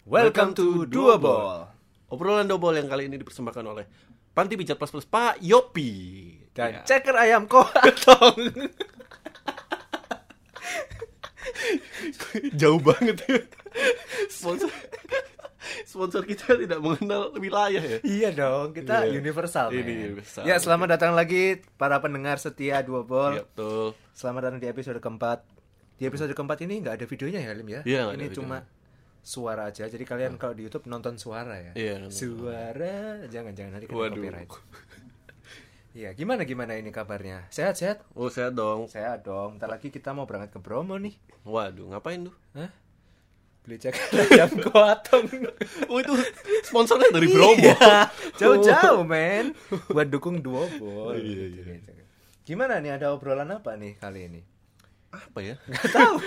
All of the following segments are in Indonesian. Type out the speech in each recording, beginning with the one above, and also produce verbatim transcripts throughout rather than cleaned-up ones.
Welcome to Duobol. Obrolan dobol yang kali ini dipersembahkan oleh Panti Pijat Plus Plus Pak Yopi Dan ya. Ceker ayam koatong. Jauh banget ya. Sponsor Sponsor kita tidak mengenal wilayah ya. Iya dong, kita yeah. universal. Ini universal. Ya, selamat datang lagi para pendengar setia Duobol. Iya, betul. Selamat datang di episode keempat. Di episode keempat ini nggak ada videonya ya, Lim ya? Iya, ini cuma suara aja. Jadi kalian oh. kalau di YouTube nonton suara ya. Iya, suara. Jangan-jangan nanti kena Waduh. copyright. Iya, gimana gimana ini kabarnya? Sehat-sehat? Oh, sehat dong. Sehat dong. Bentar lagi kita mau berangkat ke Bromo nih. Waduh, ngapain tuh? Hah? Beli ceker ayam koatong. Oh, itu sponsornya dari Bromo. Iya, jauh-jauh, men. Buat dukung Duobol. Iya, iya. Gimana nih, ada obrolan apa nih kali ini? Apa ya? Gak tahu.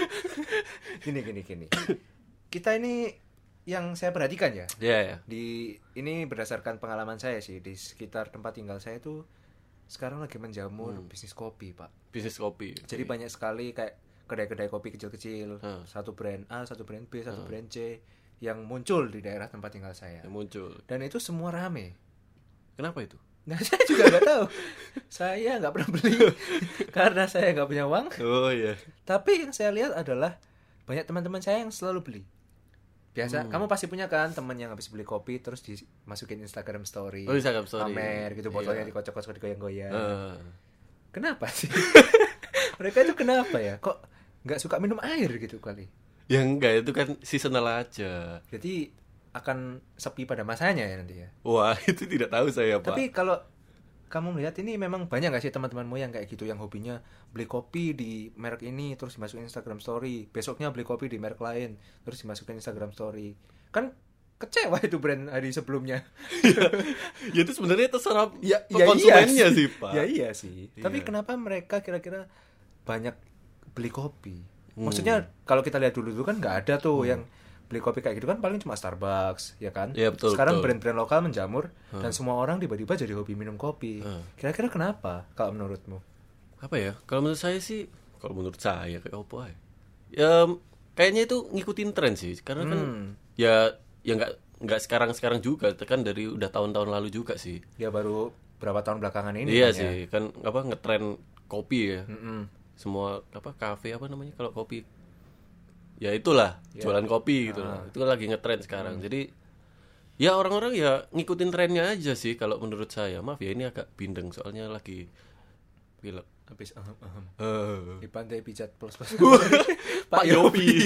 Gini gini gini. Kita ini yang saya perhatikan ya. Iya, yeah, yeah. Di ini berdasarkan pengalaman saya sih, di sekitar tempat tinggal saya tuh sekarang lagi menjamur hmm. bisnis kopi, Pak. Bisnis kopi. Jadi okay. banyak sekali kayak kedai-kedai kopi kecil-kecil, hmm. satu brand A, satu brand B, satu hmm. brand C yang muncul di daerah tempat tinggal saya. Yang muncul. Dan itu semua rame. Kenapa itu? Nah, saya juga nggak tahu. Saya nggak pernah beli karena saya nggak punya uang. Oh iya. Tapi yang saya lihat adalah banyak teman-teman saya yang selalu beli. Biasa, hmm. kamu pasti punya kan teman yang habis beli kopi terus dimasukin Instagram Story, oh, Instagram Story. pamer gitu, botolnya iya. dikocok-kocok digoyang-goyang. Uh. Kenapa sih? Mereka itu kenapa ya? Kok nggak suka minum air gitu kali? Ya enggak, itu kan seasonal aja. Jadi akan sepi pada masanya ya nanti ya. Wah, itu tidak tahu saya, Pak. Tapi kalau kamu melihat ini memang banyak gak sih teman-temanmu yang kayak gitu, yang hobinya beli kopi di merek ini terus dimasukin Instagram Story, besoknya beli kopi di merek lain terus dimasukin Instagram Story. Kan kecewa itu brand hari sebelumnya. ya, ya itu sebenarnya terserah ya, ya konsumennya iya sih, Pak. Ya iya sih. Iya. Tapi kenapa mereka kira-kira banyak beli kopi? Maksudnya hmm. kalau kita lihat dulu-dulu kan nggak ada tuh hmm. yang beli kopi kayak gitu kan paling cuma Starbucks, ya kan? Ya, betul, sekarang betul. brand-brand lokal menjamur hmm. dan semua orang tiba-tiba jadi hobi minum kopi. Hmm. Kira-kira kenapa kalau menurutmu? Apa ya? Kalau menurut saya sih, kalau menurut saya kayak apa ya? Ya kayaknya itu ngikutin tren sih, karena kan hmm. ya ya nggak nggak sekarang-sekarang juga, kan dari udah tahun-tahun lalu juga sih. Ya baru berapa tahun belakangan ini. Iya kan sih, ya? kan apa ngetren kopi ya. Mm-mm. Semua apa kafe apa namanya kalau kopi. Ya itulah ya. Jualan kopi gitu ah. Itu lagi ngetren sekarang. Hmm. Jadi ya orang-orang ya ngikutin trennya aja sih kalau menurut saya. Maaf ya ini agak bindeng soalnya lagi pilek habis ahem, ahem. Uh. Di Pantai Pijat Plus Plus. Pak Yopi.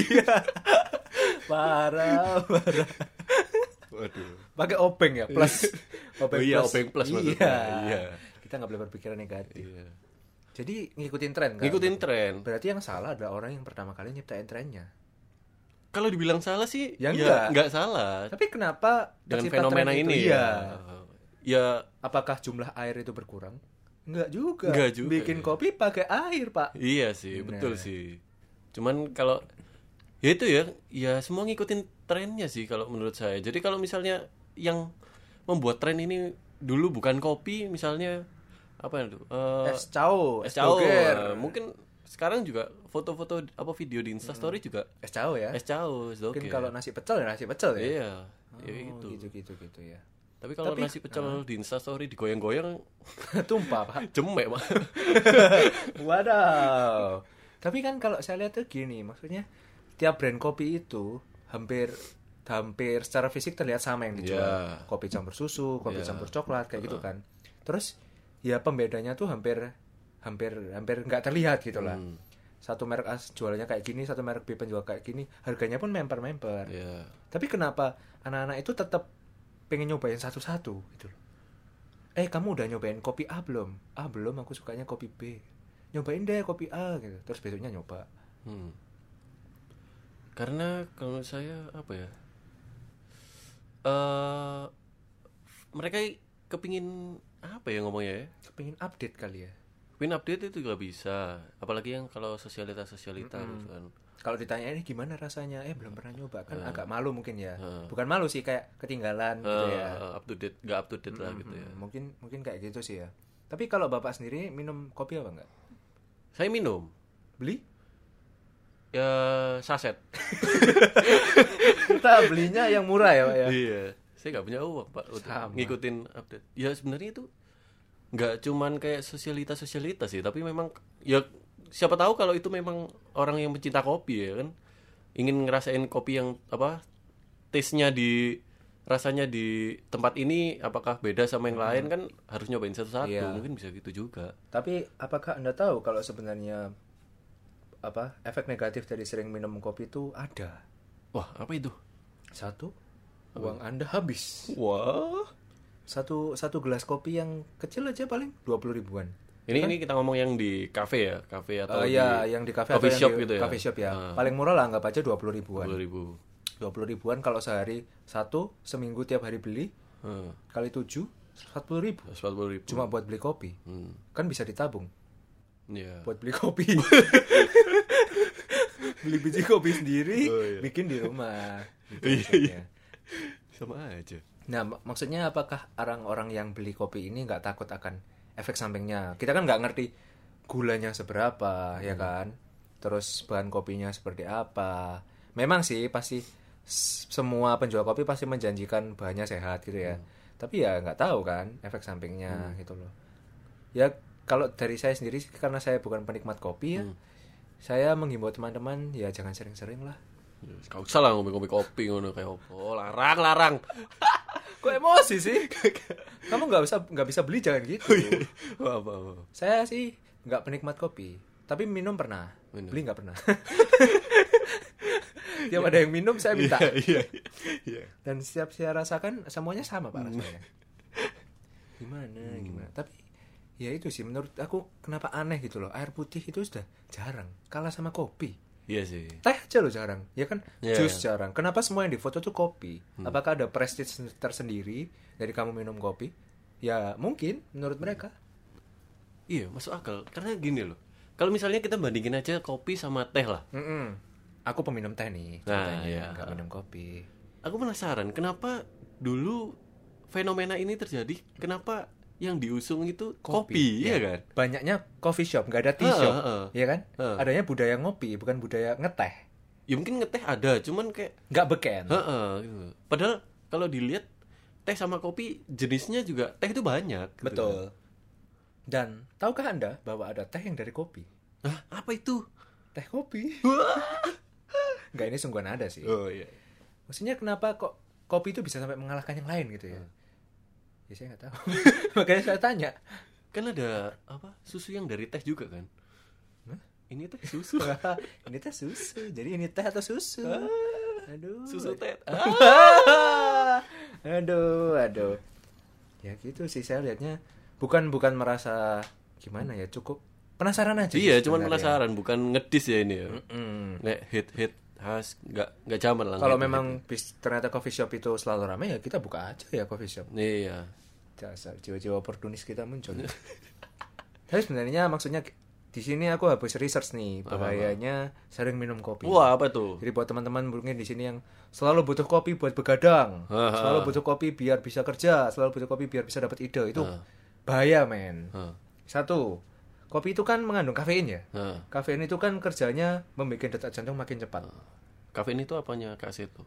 Parah, parah. Waduh. Pakai obeng ya, plus. Obeng oh, iya, plus. Obeng plus maksudnya. Iya. Iya. Kita enggak boleh berpikiran negatif. Iya. Jadi ngikutin tren kan? Ngikutin tren. Berarti yang salah adalah orang yang pertama kali nyiptain trennya. Kalau dibilang salah sih ya, ya enggak. enggak salah. Tapi kenapa dengan fenomena ini ya? Ya apakah jumlah air itu berkurang? Enggak juga. Enggak juga. Bikin kopi pakai air, Pak. Iya sih, nah. betul sih. Cuman kalau ya itu ya, ya semua ngikutin trennya sih kalau menurut saya. Jadi kalau misalnya yang membuat tren ini dulu bukan kopi, misalnya apa itu? Uh, es cao, es cao. Uh, mungkin sekarang juga foto-foto apa video di Instastory hmm. juga es cao ya. Es cao, es mungkin kalau nasi pecel ya nasi pecel ya. Iya, oh, ya gitu. Gitu-gitu gitu ya. Tapi kalau Tapi, nasi pecel uh, di Instastory digoyang-goyang tumpah, Pak. Cemek, Pak. Wadaw. Tapi kan kalau saya lihat tuh gini, maksudnya tiap brand kopi itu hampir hampir secara fisik terlihat sama yang dijual. Yeah. Kopi campur susu, kopi yeah. campur coklat kayak uh. gitu kan. Terus ya pembedanya tuh hampir hampir hampir nggak terlihat gitu lah. Hmm. Satu merek A jualannya kayak gini, satu merek B penjual kayak gini, harganya pun memper-memper. Yeah. Tapi kenapa anak-anak itu tetap pengen nyobain satu-satu gitu loh. Eh, kamu udah nyobain kopi A belum? Ah, belum, aku sukanya kopi B. Nyobain deh kopi A gitu. Terus besoknya nyoba. Hmm. Karena kalau saya apa ya? Uh, mereka kepingin apa ya ngomongnya ya? Kepingin update kali ya. Kepingin update itu juga bisa. Apalagi yang kalau sosialita-sosialita mm-hmm. gitu kan. Kalau ditanya ini gimana rasanya, eh belum pernah nyoba kan uh. agak malu mungkin ya. Uh. Bukan malu sih, kayak ketinggalan uh, gitu ya. Up to date, nggak up to date mm-hmm. lah gitu ya. Mungkin mungkin kayak gitu sih ya. Tapi kalau bapak sendiri minum kopi apa enggak? Saya minum. Beli? ya saset. Kita belinya yang murah ya, Pak ya. Iya. Saya nggak punya uang, Pak, untuk Sama. ngikutin update. Ya sebenarnya itu nggak cuman kayak sosialitas-sosialitas sih, tapi memang ya siapa tahu kalau itu memang orang yang pencinta kopi ya kan, ingin ngerasain kopi yang apa, taste-nya di rasanya di tempat ini apakah beda sama yang hmm. lain kan, harus nyobain satu-satu. Iya. Mungkin bisa gitu juga. Tapi apakah Anda tahu kalau sebenarnya apa efek negatif dari sering minum kopi itu ada? Wah, apa itu? Satu, uang Anda habis. Wah. Satu satu gelas kopi yang kecil aja paling dua puluh ribuan. Ini kan? Ini kita ngomong yang di kafe ya, kafe atau uh, di ya, yang di kafe coffee atau shop yang di gitu ya. Coffee shop ya. Uh. Paling murah lah anggap aja dua puluh ribuan. dua puluh ribu. dua puluh ribuan kalau sehari satu, seminggu tiap hari beli. Hmm. Kali tujuh, empat puluh ribu. empat puluh ribu. Cuma buat beli kopi. Hmm. Kan bisa ditabung. Iya. Yeah. Buat beli kopi. Beli biji kopi sendiri, oh, iya. bikin di rumah. Gitu iya. Sama aja. Nah, mak- maksudnya apakah orang-orang yang beli kopi ini nggak takut akan efek sampingnya? Kita kan nggak ngerti gulanya seberapa, hmm. ya kan? Terus bahan kopinya seperti apa? Memang sih pasti semua penjual kopi pasti menjanjikan bahannya sehat gitu ya. Hmm. Tapi ya nggak tahu kan efek sampingnya hmm. gitu loh. Ya kalau dari saya sendiri karena saya bukan penikmat kopi ya, hmm. saya menghimbau teman-teman ya jangan sering-sering lah. Kau usah lah ngomong-ngomong kopi ngono kayak opo, larang larang. Kok emosi sih? Kamu nggak bisa nggak bisa beli jangan gitu. apa, apa. Saya sih nggak penikmat kopi, tapi minum pernah, minum. Beli nggak pernah. Tiap ada yang minum saya minta. Iya, iya, iya. Dan setiap saya rasakan semuanya sama Pak rasanya. Gimana, hmm. gimana. Tapi ya itu sih menurut aku kenapa aneh gitu loh. Air putih itu sudah jarang, kalah sama kopi. Iya sih. Teh aja loh jarang, ya kan? Yeah, jus yeah. jarang. Kenapa semua yang difoto tuh kopi? Hmm. Apakah ada prestige tersendiri dari kamu minum kopi? Ya mungkin menurut mereka. Iya, masuk akal. Karena gini loh. Kalau misalnya kita bandingin aja kopi sama teh lah. Mm-mm. Aku peminum teh nih, nah, iya. nggak minum kopi. Aku penasaran, kenapa dulu fenomena ini terjadi? Kenapa yang diusung itu kopi, kopi ya kan? Banyaknya coffee shop, nggak ada tea shop, uh, uh, ya kan? Uh. Adanya budaya ngopi, bukan budaya ngeteh. Ya mungkin ngeteh ada, cuman kayak nggak beken. Uh, uh, gitu. Padahal kalau dilihat teh sama kopi jenisnya juga teh itu banyak. Gitu. Betul. Dan tahukah Anda bahwa ada teh yang dari kopi? Hah, apa itu? Teh kopi. Enggak, ini sungguhan ada sih. Oh iya. Maksudnya kenapa kok kopi itu bisa sampai mengalahkan yang lain gitu ya? Hmm. Ya saya nggak tahu. Makanya saya tanya. Kan ada apa? Susu yang dari teh juga kan? Hah? Ini teh susu. Ini teh susu. Jadi ini teh atau susu? Aduh. Susu teh. aduh, aduh. Ya gitu sih saya lihatnya. Bukan bukan merasa gimana ya, cukup penasaran aja. Iya, cuman penasaran, bukan ngedis ya ini ya. Nek hit hit khas nggak nggak zaman lah. Kalau memang bis, ternyata coffee shop itu selalu ramai ya kita buka aja ya coffee shop. Iya. Dasar jiwa-jiwa oportunis kita muncul. Tapi sebenarnya maksudnya di sini aku habis research nih bahayanya sering minum kopi. Wah, apa tuh? Jadi buat teman-teman mungkin di sini yang selalu butuh kopi buat begadang, ha, ha. selalu butuh kopi biar bisa kerja, selalu butuh kopi biar bisa dapat ide, itu ha. bahaya men. Ha. Satu, kopi itu kan mengandung kafein ya. Ha. Kafein itu kan kerjanya membuat detak jantung makin cepat. Ha. Kafein itu apanya Kak Seto?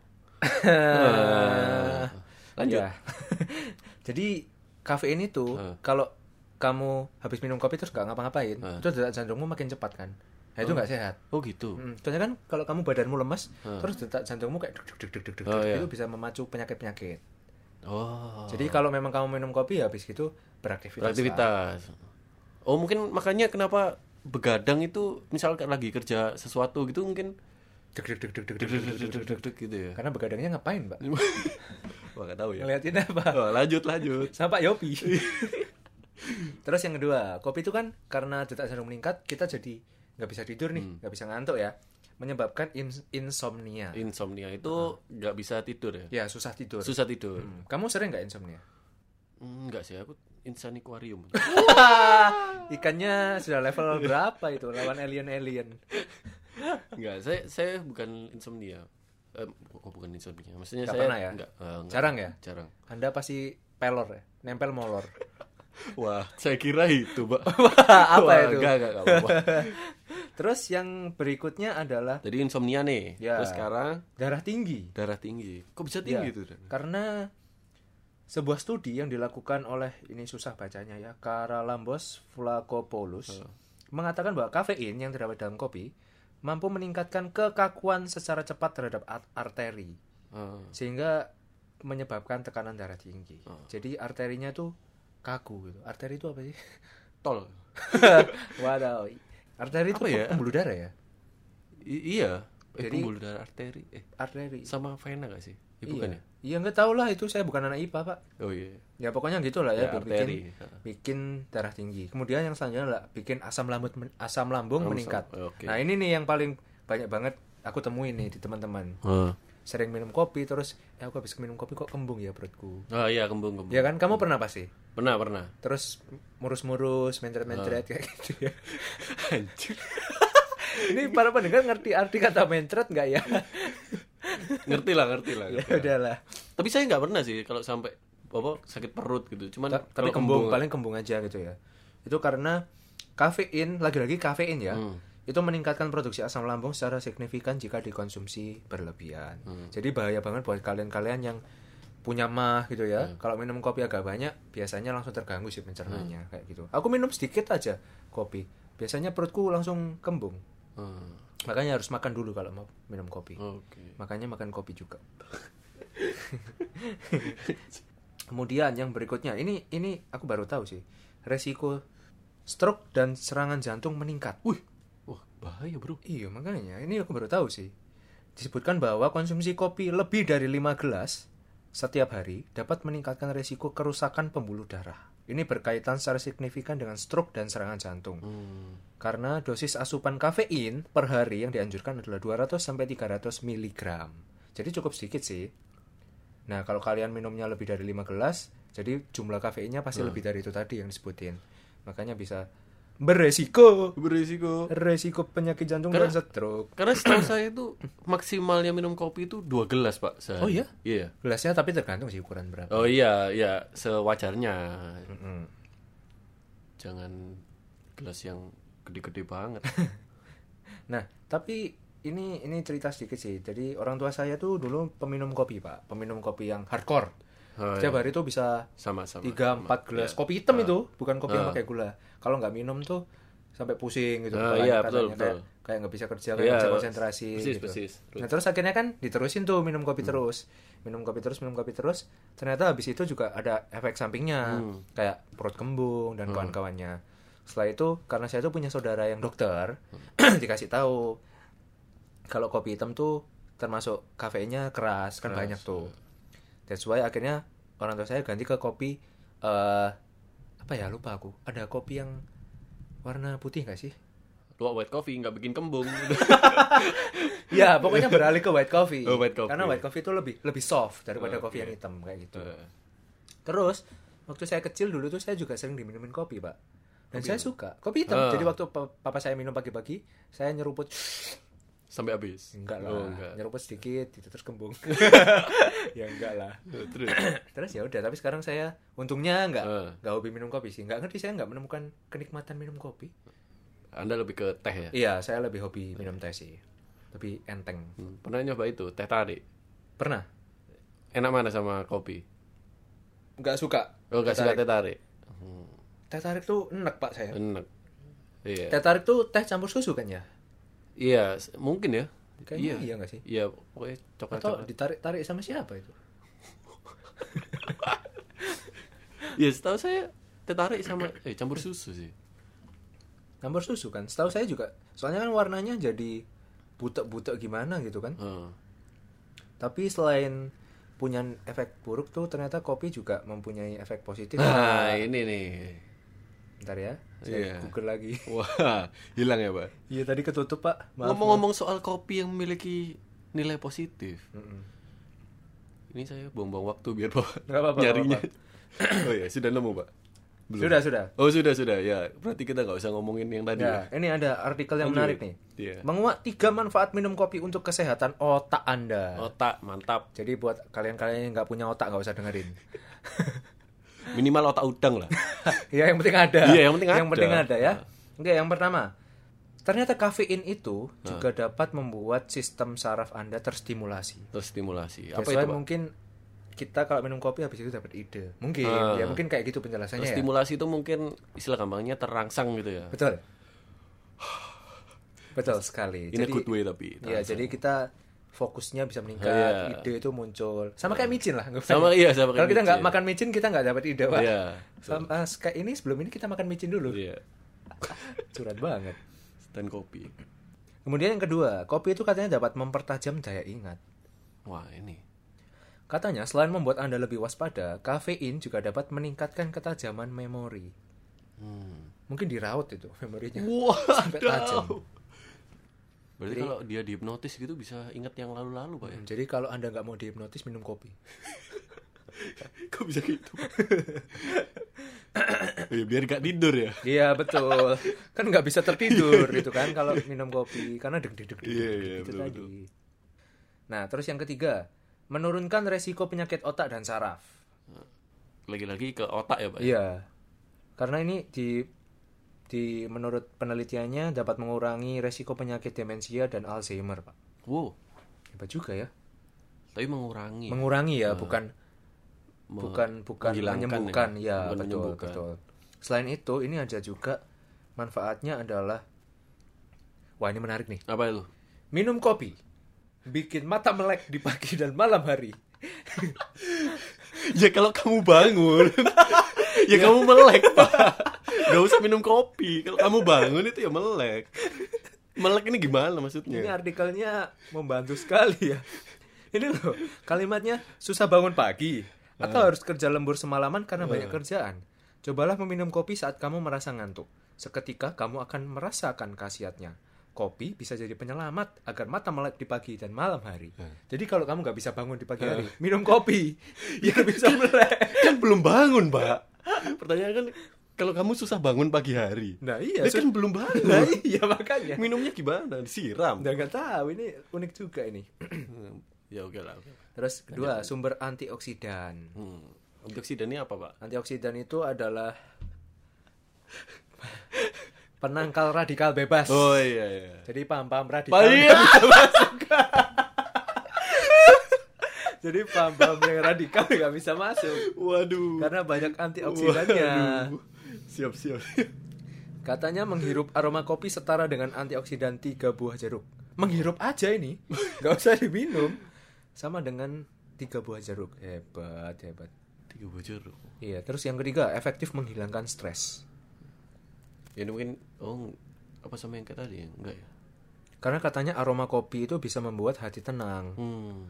Lanjut. Ya. Jadi kafein itu ha. kalau kamu habis minum kopi terus gak ngapa-ngapain, ha. itu detak jantungmu makin cepat kan. Nah, itu nggak oh. sehat. Oh gitu. Hmm. Soalnya kan kalau kamu badanmu lemas, ha. terus detak jantungmu kayak deg deg deg deg deg oh, itu iya. bisa memacu penyakit-penyakit. Oh. Jadi kalau memang kamu minum kopi ya habis gitu beraktivitas. Beraktivitas. Oh mungkin makanya kenapa begadang itu misal lagi kerja sesuatu gitu mungkin deg deg deg deg deg deg deg deg gitu ya. Karena begadangnya ngapain, Mbak? Wah, enggak tahu ya. Ngeliatin apa? Oh, lanjut lanjut. Sama Pak Yopi. Terus yang kedua, kopi itu kan karena detak jantung meningkat, kita jadi nggak bisa tidur nih, nggak hmm. bisa ngantuk ya, menyebabkan in- insomnia. Insomnia itu nggak uh. bisa tidur ya? Ya susah tidur. Susah tidur. Hmm. Kamu sering nggak insomnia? Enggak sih, aku insan aquarium. Ikannya sudah level berapa itu lawan alien-alien? Enggak, saya saya bukan insomnia. Eh, kok bukan insomnia? Maksudnya gak saya pernah ya? Enggak, uh, enggak, jarang ya? Jarang. Anda pasti pelor ya, nempel molor. Wah, saya kira itu, Pak. Apa Wah, itu? Enggak, enggak, enggak apa-apa. Terus yang berikutnya adalah Jadi insomnia nih. Ya. Terus sekarang darah tinggi. darah tinggi. Kok bisa tinggi Ya, tuh? Dan? karena sebuah studi yang dilakukan oleh, ini susah bacanya ya, Karalambos Vlachopoulos Oh. mengatakan bahwa kafein yang terdapat dalam kopi mampu meningkatkan kekakuan secara cepat terhadap art- arteri, Oh. sehingga menyebabkan tekanan darah tinggi. Oh. Jadi arterinya tuh kaku gitu. Arteri itu apa sih? Tol. Wadaw. Arteri itu Apa ya? pembuluh darah ya? I- iya. Eh, Jadi- pembuluh darah arteri. Eh, Arteri. sama vena gak sih? Ya, bukan iya. ya? Iya nggak tahu lah, itu saya bukan anak I P A Pak. Oh iya. Ya pokoknya gitulah ya, Ya, bikin arteri. bikin darah tinggi. Kemudian yang selanjutnya adalah bikin asam lambung asam lambung Asam- meningkat. oke. Nah ini nih yang paling banyak banget aku temuin nih di teman-teman. Oh. Sering minum kopi terus, eh aku habis minum kopi kok kembung ya perutku. Oh iya, kembung-kembung. Ya kan, kamu pernah pasti? Pernah, pernah. Terus murus-murus, mencret-mencret kayak gitu ya. Anjir. Ini para pendengar ngerti arti kata mencret nggak ya? ngerti lah, ngerti lah. Ya ngerti lah. udahlah. Tapi saya nggak pernah sih kalau sampai apa sakit perut gitu. Cuman Ta- tapi kalau kembung, paling kembung aja gitu ya. Itu karena kafein, lagi-lagi kafein ya. Hmm. Itu meningkatkan produksi asam lambung secara signifikan jika dikonsumsi berlebihan. Hmm. Jadi bahaya banget buat kalian-kalian yang punya mah gitu ya. Hmm. Kalau minum kopi agak banyak, biasanya langsung terganggu sih pencernanya kayak gitu. Aku minum sedikit aja kopi, biasanya perutku langsung kembung. Hmm. Makanya harus makan dulu kalau mau minum kopi. Oke. Makanya makan kopi juga. Kemudian yang berikutnya, ini ini aku baru tahu sih. Resiko stroke dan serangan jantung meningkat. Wih. Wah, bahaya, Bro. Iya, makanya ini aku baru tahu sih. Disebutkan bahwa konsumsi kopi lebih dari lima gelas setiap hari dapat meningkatkan resiko kerusakan pembuluh darah. Ini berkaitan secara signifikan dengan stroke dan serangan jantung. Hmm. Karena dosis asupan kafein per hari yang dianjurkan adalah dua ratus sampai tiga ratus miligram. Jadi cukup sedikit sih. Nah, kalau kalian minumnya lebih dari lima gelas, jadi jumlah kafeinnya pasti Hmm. lebih dari itu tadi yang disebutin. Makanya bisa beresiko Berisiko. resiko penyakit jantung Karena- dan stroke. Karena setahu saya itu maksimalnya minum kopi itu dua gelas, Pak, sehari. Oh, iya? Iya. Gelasnya tapi tergantung sih ukuran berapa. Oh iya, iya, sewajarnya. Mm-mm. Jangan gelas yang gede-gede banget. Nah, tapi ini ini cerita sedikit sih. Jadi orang tua saya tuh dulu peminum kopi, Pak. Peminum kopi yang hardcore. Oh, Setiap iya. hari tuh bisa Sama-sama. tiga sama. empat gelas Iya. kopi hitam Ah. itu, bukan kopi yang Ah. pakai gula. Kalau nggak minum tuh sampai pusing gitu. Ah, kepalanya iya, katanya. betul, kayak betul. kayak nggak bisa kerja, kayak Iya, nggak bisa konsentrasi persis, gitu. persis. Nah, terus akhirnya kan diterusin tuh minum kopi Hmm. terus. Minum kopi terus, minum kopi terus. Ternyata habis itu juga ada efek sampingnya, Hmm. kayak perut kembung dan kawan-kawannya. Setelah itu karena saya tuh punya saudara yang dokter, Hmm. dikasih tahu kalau kopi hitam tuh termasuk kafeinnya keras, kan Keras, banyak tuh. That's why akhirnya orang tua saya ganti ke kopi eh apa ya, lupa aku. Ada kopi yang warna putih nggak sih? Luwak white coffee nggak bikin kembung. Ya, pokoknya beralih ke white coffee. Oh, white coffee. Karena white coffee itu lebih lebih soft daripada Oh, kopi oke. yang hitam kayak gitu. Eh, Terus waktu saya kecil dulu tuh saya juga sering diminumin kopi, Pak. Dan Kopi saya apa? suka kopi hitam. Ah. Jadi waktu pa- papa saya minum pagi-pagi, saya nyeruput sampai habis. enggak lah. Oh, enggak. Nyeruput sedikit gitu terus kembung. Ya enggak lah. Terus. Terus ya udah, tapi sekarang saya untungnya enggak Ah. enggak hobi minum kopi sih. Enggak ngerti, saya enggak menemukan kenikmatan minum kopi. Anda lebih ke teh ya? Iya, saya lebih hobi minum teh sih. Lebih enteng. Hmm, Pernah nyoba itu, teh tarik. Pernah? Enak mana sama kopi? Enggak suka. Oh, gak Teh suka tarik. teh tarik. Hmm, Teh tarik tuh enak, Pak, saya. enak. Iya. Teh tarik tuh teh campur susu kan ya? Iya, s- mungkin ya. Kayaknya iya enggak sih? Iya, pokoknya Atau coklat-coklat. ditarik-tarik sama siapa itu? Iya, setahu saya teh tarik sama eh campur susu sih. Campur susu kan? Setahu saya juga. Soalnya kan warnanya jadi butek-butek gimana gitu kan? Heeh. Tapi selain punya efek buruk tuh, ternyata kopi juga mempunyai efek positif. Nah, ini nih. Bentar ya, saya Iya. Google lagi. Wah, hilang ya, Pak. Iya, tadi ketutup, Pak. Maaf. Ngomong-ngomong soal kopi yang memiliki nilai positif. Mm-mm. Ini saya buang-buang waktu biar Bapak Nggak apa-apa, nyarinya. nggak Oh ya, sudah nemu, Pak? Belum. Sudah, sudah. Oh, sudah, sudah. Ya, berarti kita nggak usah ngomongin yang tadi. Ya, ini ada artikel yang Lanjut. menarik nih. Iya. Menguak tiga manfaat minum kopi untuk kesehatan otak Anda. Otak, mantap. Jadi buat kalian-kalian yang nggak punya otak nggak usah dengerin. Minimal otak udang lah. Ya, yang penting ada. Iya, yang penting Yang ada. penting ada ya. Oke, yang pertama. Ternyata kafein itu nah. juga dapat membuat sistem saraf Anda terstimulasi. Terstimulasi. Apa itu, Pak? Mungkin kita kalau minum kopi habis itu dapat ide. Mungkin ah. ya mungkin kayak gitu penjelasannya. Terstimulasi ya. itu mungkin istilah gampangnya terangsang gitu ya. Betul. Betul sekali. In a good way tapi. Iya, jadi kita fokusnya bisa meningkat, oh, iya. ide itu muncul. Sama kayak micin lah. Sama iya, sama kayak kalau kita nggak makan micin kita nggak dapat ide, Pak. Iya. Sama kayak ini sebelum ini kita makan micin dulu. Iya. Curhat banget. Dan kopi. Kemudian yang kedua, kopi itu katanya dapat mempertajam daya ingat. Wah, ini. Katanya selain membuat Anda lebih waspada, kafein juga dapat meningkatkan ketajaman memori. Hmm. Mungkin diraut itu memorinya. Wah, sampai tajam. Berarti jadi, kalau dia dihipnotis gitu bisa ingat yang lalu-lalu, Pak ya? Hmm, jadi kalau Anda nggak mau dihipnotis, minum kopi. Kok bisa gitu? Ya, biar gak tidur ya? Iya, betul. Kan nggak bisa tertidur itu kan kalau minum kopi. Karena deg-deg-deg iya, iya, gitu betul, tadi. betul. Nah, terus yang ketiga, menurunkan resiko penyakit otak dan saraf. Lagi-lagi ke otak ya, Pak? Iya. Karena ini di di menurut penelitiannya dapat mengurangi resiko penyakit demensia dan Alzheimer, Pak. Wow. Hebat juga ya. Tapi mengurangi. Mengurangi ya, uh, bukan me- bukan bukan menyembuhkan ya, bukan betul menyembuhkan. betul. Selain itu, ini ada juga manfaatnya adalah wah, ini menarik nih. Apa itu? Minum kopi bikin mata melek di pagi dan malam hari. Ya kalau kamu bangun, ya kamu melek, Pak. Gak usah minum kopi. Kalau kamu bangun itu ya melek. Melek ini gimana maksudnya? Ini artikelnya membantu sekali ya. Ini loh, kalimatnya susah bangun pagi atau uh. harus kerja lembur semalaman karena uh. banyak kerjaan. Cobalah meminum kopi saat kamu merasa ngantuk. Seketika kamu akan merasakan khasiatnya. Kopi bisa jadi penyelamat agar mata melek di pagi dan malam hari. Uh. Jadi kalau kamu gak bisa bangun di pagi hari, uh. minum kopi. Ya bisa melek. Kan belum bangun, Pak. Pertanyaan kan, kalau kamu susah bangun pagi hari. Nah iya, dia kan belum bangun. Nah iya, makanya. Minumnya gimana? Disiram. Udah gak tahu, ini unik juga ini. Ya oke lah. Terus kedua, sumber antioksidan. Hmm. Antioksidan ini apa, Pak? Antioksidan itu adalah penangkal radikal bebas. Oh iya iya. Jadi paham-paham radikal iya. bisa masuk. Jadi paham-paham yang radikal nggak bisa masuk. Waduh. Karena banyak antioksidannya. Waduh. Siap siap. Katanya menghirup aroma kopi setara dengan antioksidan tiga buah jeruk. Menghirup aja ini, nggak usah diminum. Sama dengan tiga buah jeruk. Hebat hebat. Tiga buah jeruk. Iya. Terus yang ketiga, efektif menghilangkan stres. Ya mungkin oh apa sama yang kayak tadi enggak ya? Karena katanya aroma kopi itu bisa membuat hati tenang. Hmm.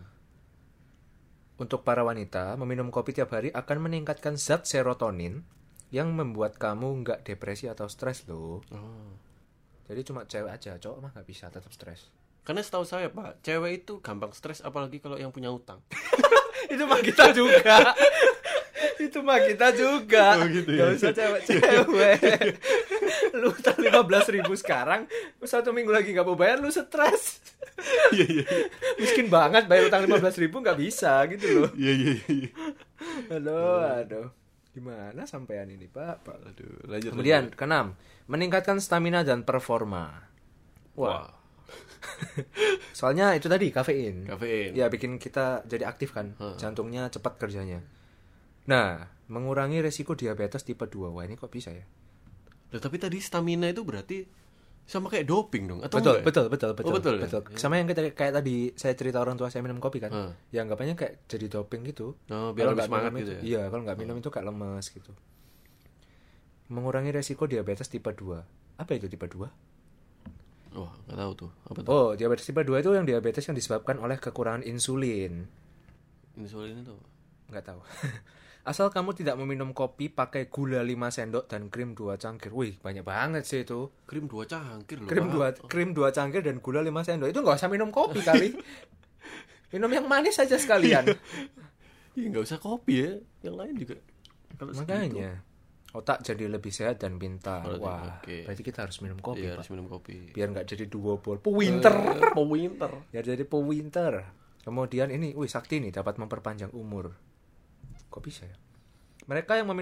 Untuk para wanita, meminum kopi tiap hari akan meningkatkan zat serotonin yang membuat kamu nggak depresi atau stres loh. Oh. Jadi cuma cewek aja, cowok mah nggak bisa tetap stres. Karena setahu saya, Pak, cewek itu gampang stres apalagi kalau yang punya utang. Itu mah kita juga. Itu mah kita juga. Oh, gitu ya? Gak usah cewek-cewek. Lu utang lima belas ribu sekarang, satu minggu lagi gak mau bayar, lu stres. Iya, iya. Miskin banget bayar utang lima belas ribu gak bisa gitu loh. Iya, iya, iya. Aduh, aduh. Gimana sampean ini, Pak? Pak. Aduh, lanjut. Kemudian, lanjut. keenam, meningkatkan stamina dan performa. Wah. Wow. Soalnya itu tadi, kafein. Kafein. Ya, bikin kita jadi aktif kan. Hmm. Jantungnya cepat kerjanya. Nah, mengurangi resiko diabetes tipe dua. Wah, ini kok bisa ya? Loh, tapi tadi stamina itu berarti sama kayak doping dong? Atau betul, enggak? betul, betul, betul, oh, betul, betul. Ya? Sama yang kayak, kayak tadi saya cerita orang tua saya minum kopi kan. Hmm. Ya anggapannya kayak jadi doping gitu. Oh, biar lebih semangat gitu itu, ya? Iya, kalau nggak minum hmm. itu kayak lemes gitu. Mengurangi resiko diabetes tipe dua. Apa itu tipe dua? Oh, nggak tahu tuh. Apa tuh? Oh, diabetes tipe dua itu yang diabetes yang disebabkan oleh kekurangan insulin. Insulin itu? Nggak tahu. Asal kamu tidak meminum kopi pakai gula lima sendok dan krim dua cangkir. Wih, banyak banget sih itu. Krim dua cangkir loh. Krim dua krim dua cangkir dan gula lima sendok. Itu nggak usah minum kopi kali. Minum yang manis saja sekalian. Iya, nggak usah kopi ya. Yang lain juga. Kalau makanya segitu, otak jadi lebih sehat dan pintar. Berarti, wah, okay. berarti kita harus minum kopi, iya, Pak. harus minum kopi. Biar nggak jadi duopol. Pewinter. Uh, pewinter. Biar jadi pewinter. Kemudian ini, wih sakti nih dapat memperpanjang umur. Kok bisa ya? Mereka yang meminum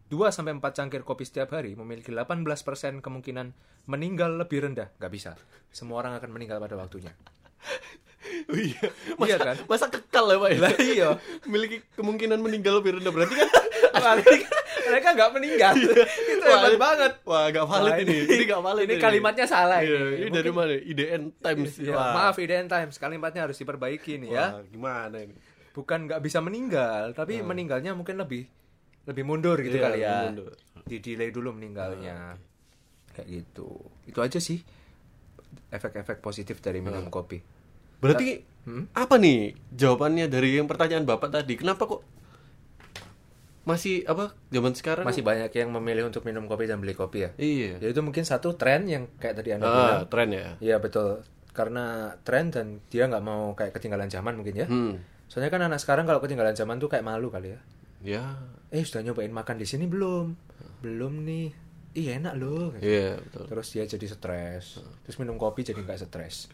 dua sampai empat cangkir kopi setiap hari memiliki delapan belas persen kemungkinan meninggal lebih rendah. Nggak bisa. Semua orang akan meninggal pada waktunya. Oh iya. Masa, iya kan? Masa kekal ya Pak? Lah iya. Memiliki kemungkinan meninggal lebih rendah. Berarti kan mereka nggak meninggal. Itu hebat banget. Wah, nggak valid Wah, ini. Ini nggak valid. Ini kalimatnya salah iya, ini. Ini dari mana? I D N Times. Ya, maaf I D N Times. Kalimatnya harus diperbaiki nih ya. Wah, gimana ini? Bukan nggak bisa meninggal, tapi hmm. meninggalnya mungkin lebih lebih mundur gitu iya, kali ya. Di delay dulu meninggalnya. Hmm. Kayak gitu. Itu aja sih efek-efek positif dari minum hmm. kopi. Berarti hmm? apa nih jawabannya dari yang pertanyaan Bapak tadi? Kenapa kok masih apa zaman sekarang masih banyak yang memilih untuk minum kopi dan beli kopi ya? Iya. Jadi itu mungkin satu tren yang kayak tadi Anda ah, bilang. Tren ya. Iya betul. Karena tren dan dia nggak mau kayak ketinggalan zaman mungkin ya. Hmm. Soalnya kan anak sekarang kalau ketinggalan zaman tuh kayak malu kali ya. Ya. Eh sudah nyobain makan di sini belum? Belum nih. Iya enak loh. Iya yeah, betul. Terus dia jadi stres. Terus minum kopi jadi nggak stres.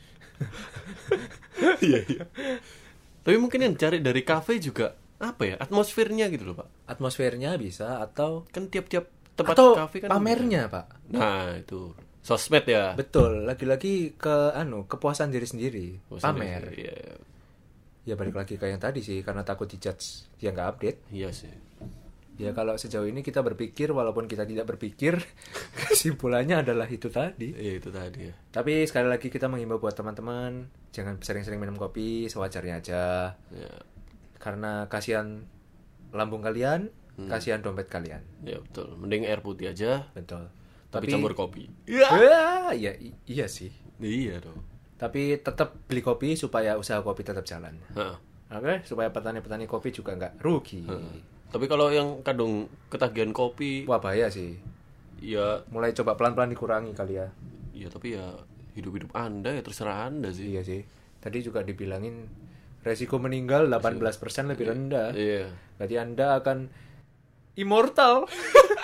Iya iya. Tapi mungkin yang cari dari kafe juga apa ya, atmosfernya gitu loh Pak. Atmosfernya bisa atau kan tiap-tiap tempat atau kafe kan pamernya bisa. Pak. Nah itu sosmed ya. Betul. Lagi-lagi ke anu kepuasan diri sendiri. Puasan pamer. Diri, ya. Ya balik lagi ke yang tadi sih karena takut dijudge dia nggak update. Iya sih. Ya kalau sejauh ini kita berpikir walaupun kita tidak berpikir kesimpulannya adalah itu tadi. Iya itu tadi ya. Tapi sekali lagi kita mengimbau buat teman-teman jangan sering-sering minum kopi, sewajarnya aja. Ya. Karena kasihan lambung kalian, hmm. kasihan dompet kalian. Ya betul. Mending air putih aja. Betul. Tapi, tapi campur kopi. Iya. Ya, ya i- iya sih. Iya dong. Tapi tetap beli kopi supaya usaha kopi tetap jalan. Ha. Oke, supaya petani-petani kopi juga nggak rugi. Ha. Tapi kalau yang kadang ketagihan kopi, wah bahaya sih. Ya, mulai coba pelan-pelan dikurangi kali ya. Iya, tapi ya hidup-hidup Anda ya terserah Anda sih. Iya sih. Tadi juga dibilangin resiko meninggal delapan belas persen lebih rendah. Iya. Berarti Anda akan immortal.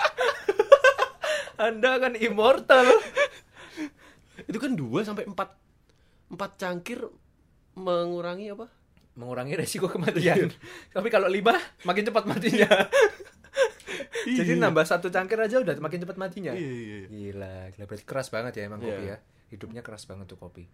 Anda akan immortal. Itu kan dua sampai empat empat cangkir mengurangi apa? Mengurangi resiko kematian. Tapi kalau lima makin cepat matinya. Jadi nambah satu cangkir aja udah makin cepat matinya. Iya, iya. Gila, gila berarti keras banget ya emang iya. kopi ya. Hidupnya keras banget tuh kopi.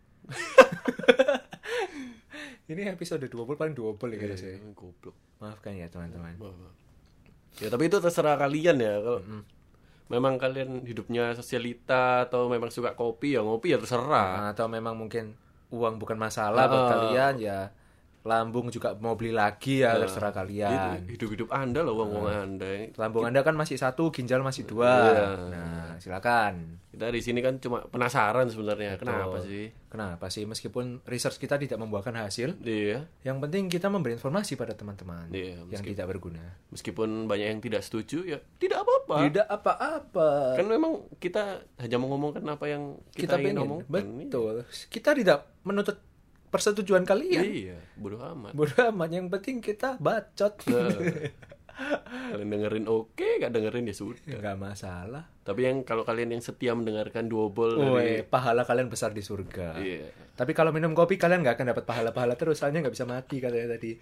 Ini episode dua puluh paling double ya guys ya. Goblok. Maafkan ya teman-teman. Ya tapi itu terserah kalian ya kalau mm-hmm. memang kalian hidupnya sosialita atau memang suka kopi ya ngopi ya terserah. Nah, atau memang mungkin uang bukan masalah uh, buat kalian ya. Lambung juga mau beli lagi ya, nah, terserah kalian. Hidup-hidup Anda loh, uang-uang nah, Anda. Lambung Anda kan masih satu, ginjal masih dua. Iya. Nah, silakan. Kita di sini kan cuma penasaran sebenarnya. Betul. Kenapa sih? Kenapa sih? Meskipun research kita tidak membuahkan hasil. Iya. Yang penting kita memberi informasi pada teman-teman iya, yang tidak berguna. Meskipun banyak yang tidak setuju, ya tidak apa-apa. Tidak apa-apa. Kan memang kita hanya mengomongkan apa yang kita, kita ingin ngomongkan. Betul. Kita tidak menuntut persetujuan kalian. Iya, bodoh amat. Bodoh amat, yang penting kita bacot. Nah, kalian dengerin oke, okay, gak dengerin ya sudah. Gak masalah. Tapi yang kalau kalian yang setia mendengarkan Duobol oh, dari pahala kalian besar di surga. Iya. Tapi kalau minum kopi kalian gak akan dapat pahala-pahala terus, soalnya gak bisa mati katanya tadi.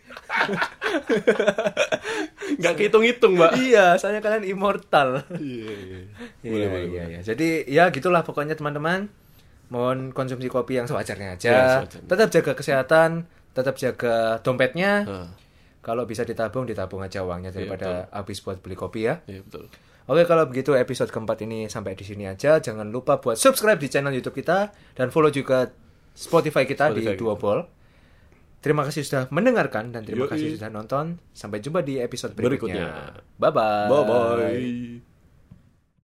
Gak kehitung-hitung, Mbak. Iya, soalnya kalian immortal. Iya, iya. Boleh, iya, boleh, iya, iya. Jadi ya gitulah pokoknya teman-teman. Mohon konsumsi kopi yang sewajarnya aja. Ya, sewajarnya. Tetap jaga kesehatan, tetap jaga dompetnya. Uh. Kalau bisa ditabung, ditabung aja uangnya daripada ya, habis buat beli kopi ya. Iya, betul. Oke, kalau begitu episode keempat ini sampai di sini aja. Jangan lupa buat subscribe di channel YouTube kita dan follow juga Spotify kita Spotify di Duobol. Terima kasih sudah mendengarkan dan terima Yoi. kasih sudah nonton. Sampai jumpa di episode berikutnya. berikutnya. Bye-bye. Bye-bye.